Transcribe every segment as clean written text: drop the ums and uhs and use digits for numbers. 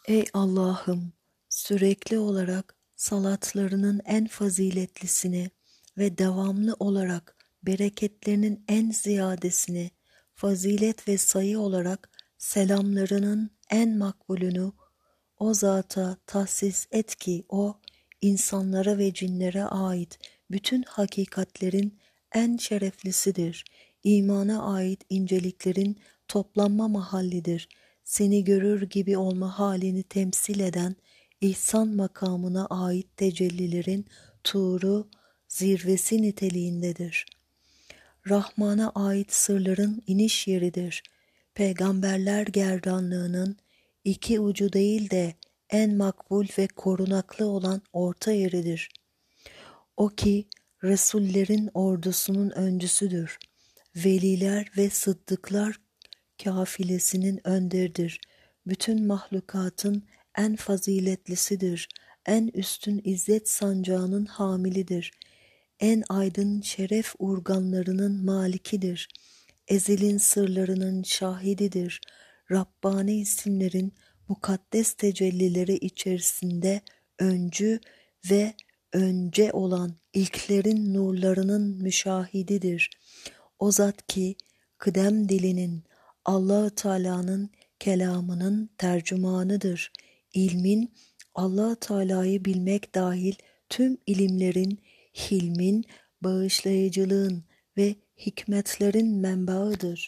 Ey Allah'ım, sürekli olarak salatlarının en faziletlisini ve devamlı olarak bereketlerinin en ziyadesini, fazilet ve sayı olarak selamlarının en makbulünü o zata tahsis et ki o, insanlara ve cinlere ait bütün hakikatlerin en şereflisidir. İmana ait inceliklerin toplanma mahallidir. Seni görür gibi olma halini temsil eden ihsan makamına ait tecellilerin tuğru, zirvesi niteliğindedir. Rahman'a ait sırların iniş yeridir. Peygamberler gerdanlığının iki ucu değil de en makbul ve korunaklı olan orta yeridir. O ki Resullerin ordusunun öncüsüdür. Veliler ve sıddıklar kafilesinin önderidir. Bütün mahlukatın en faziletlisidir. En üstün izzet sancağının hamilidir. En aydın şeref urganlarının malikidir. Ezelin sırlarının şahididir. Rabbani isimlerin mukaddes tecellileri içerisinde öncü ve önce olan ilklerin nurlarının müşahididir. O zat ki kıdem dilinin Allah-u Teala'nın kelamının tercümanıdır. İlmin Allah-u Teala'yı bilmek dahil tüm ilimlerin, hilmin, bağışlayıcılığın ve hikmetlerin menbaıdır.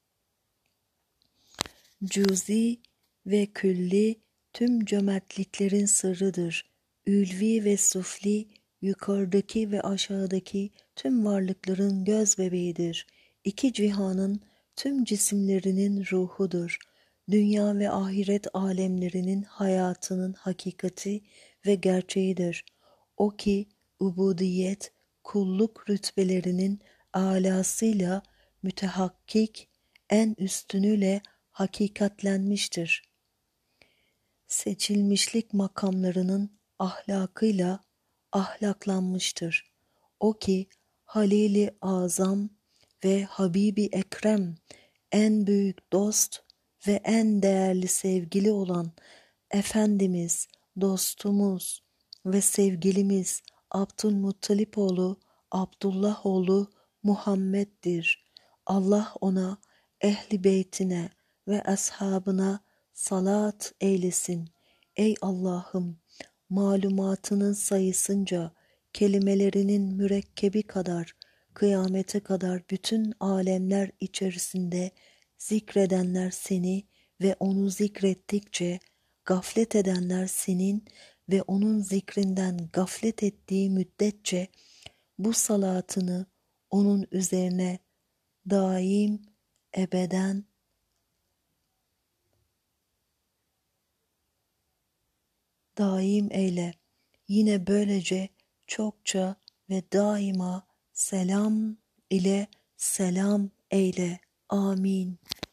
Cüzi ve külli tüm cömertliklerin sırrıdır. Ülvi ve sufli, yukarıdaki ve aşağıdaki tüm varlıkların göz bebeğidir. İki cihanın tüm cisimlerinin ruhudur. Dünya ve ahiret alemlerinin hayatının hakikati ve gerçeğidir. O ki ubudiyet, kulluk rütbelerinin âlasıyla mütehakkik, en üstünüyle hakikatlenmiştir. Seçilmişlik makamlarının ahlakıyla ahlaklanmıştır. O ki Halil-i Azam ve Habibi Ekrem, en büyük dost ve en değerli sevgili olan Efendimiz, dostumuz ve sevgilimiz Abdülmuttalip oğlu Abdullah oğlu Muhammed'dir. Allah ona, ehli beytine ve ashabına salat eylesin. Ey Allah'ım, malumatının sayısınca, kelimelerinin mürekkebi kadar, kıyamete kadar bütün alemler içerisinde zikredenler seni ve onu zikrettikçe, gaflet edenler senin ve onun zikrinden gaflet ettiği müddetçe, bu salatını onun üzerine daim, ebeden daim eyle. Yine böylece çokça ve daima selam ile selam eyle. Amin.